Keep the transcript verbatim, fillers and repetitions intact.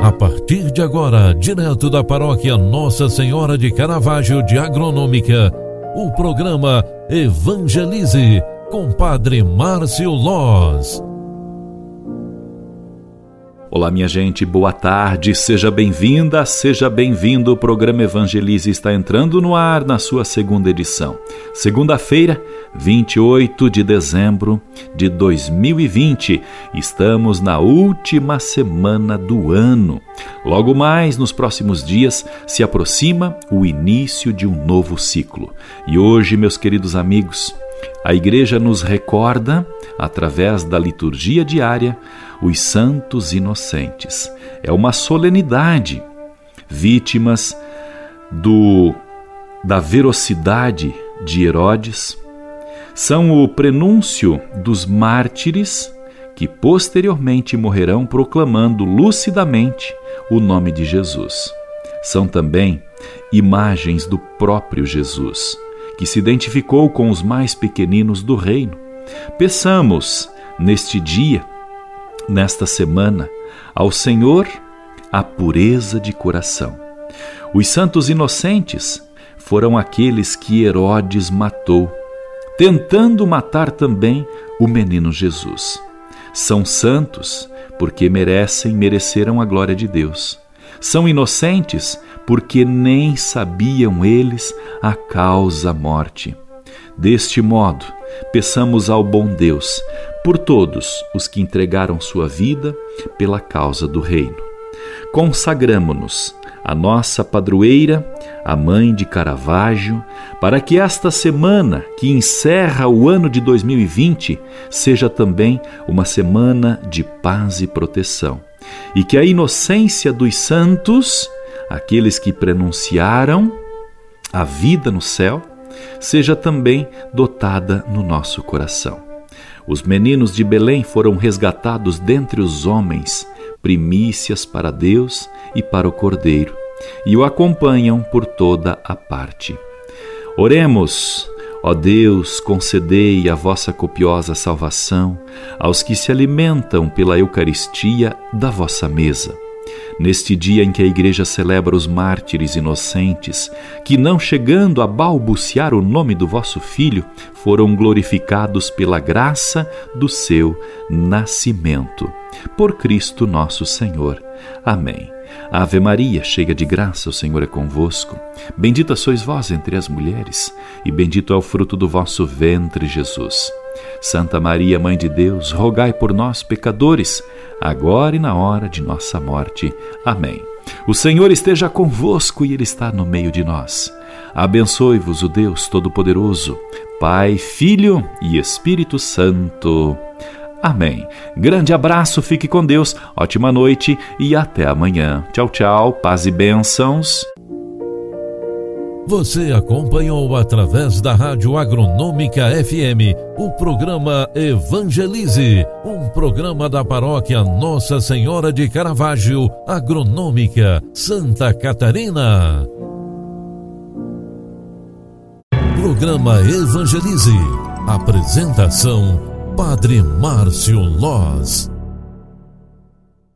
A partir de agora, direto da paróquia Nossa Senhora de Caravaggio de Agronômica, o programa Evangelize com Padre Márcio Loz. Olá, minha gente, boa tarde, seja bem-vinda, seja bem-vindo. O programa Evangelize está entrando no ar na sua segunda edição. Segunda-feira, vinte e oito de dezembro de dois mil e vinte. Estamos na última semana do ano. Logo mais, nos próximos dias, se aproxima o início de um novo ciclo. E hoje, meus queridos amigos, a Igreja nos recorda, através da liturgia diária, os santos inocentes. É uma solenidade, vítimas do, da velocidade de Herodes. São o prenúncio dos mártires que posteriormente morrerão proclamando lucidamente o nome de Jesus. São também imagens do próprio Jesus, que se identificou com os mais pequeninos do reino. Peçamos, neste dia, nesta semana, ao Senhor a pureza de coração. Os santos inocentes foram aqueles que Herodes matou, tentando matar também o menino Jesus. São santos porque merecem, mereceram a glória de Deus. São inocentes porque nem sabiam eles a causa da morte. Deste modo, peçamos ao bom Deus por todos os que entregaram sua vida pela causa do reino. Consagramo-nos a nossa padroeira, a Mãe de Caravaggio, para que esta semana que encerra o ano de dois mil e vinte seja também uma semana de paz e proteção. E que a inocência dos santos, aqueles que prenunciaram a vida no céu, seja também dotada no nosso coração. Os meninos de Belém foram resgatados dentre os homens, primícias para Deus e para o Cordeiro, e o acompanham por toda a parte. Oremos. Ó Deus, concedei a vossa copiosa salvação aos que se alimentam pela Eucaristia da vossa mesa. Neste dia em que a Igreja celebra os mártires inocentes, que não chegando a balbuciar o nome do vosso Filho, foram glorificados pela graça do seu nascimento. Por Cristo nosso Senhor. Amém. Ave Maria, cheia de graça, o Senhor é convosco. Bendita sois vós entre as mulheres, e bendito é o fruto do vosso ventre, Jesus. Santa Maria, Mãe de Deus, rogai por nós, pecadores, agora e na hora de nossa morte. Amém. O Senhor esteja convosco e Ele está no meio de nós. Abençoe-vos o Deus Todo-Poderoso, Pai, Filho e Espírito Santo. Amém. Grande abraço, fique com Deus, ótima noite e até amanhã. Tchau, tchau, paz e bênçãos. Você acompanhou através da Rádio Agronômica F M o programa Evangelize, um programa da paróquia Nossa Senhora de Caravaggio, Agronômica, Santa Catarina. Programa Evangelize. Apresentação Padre Márcio Loz.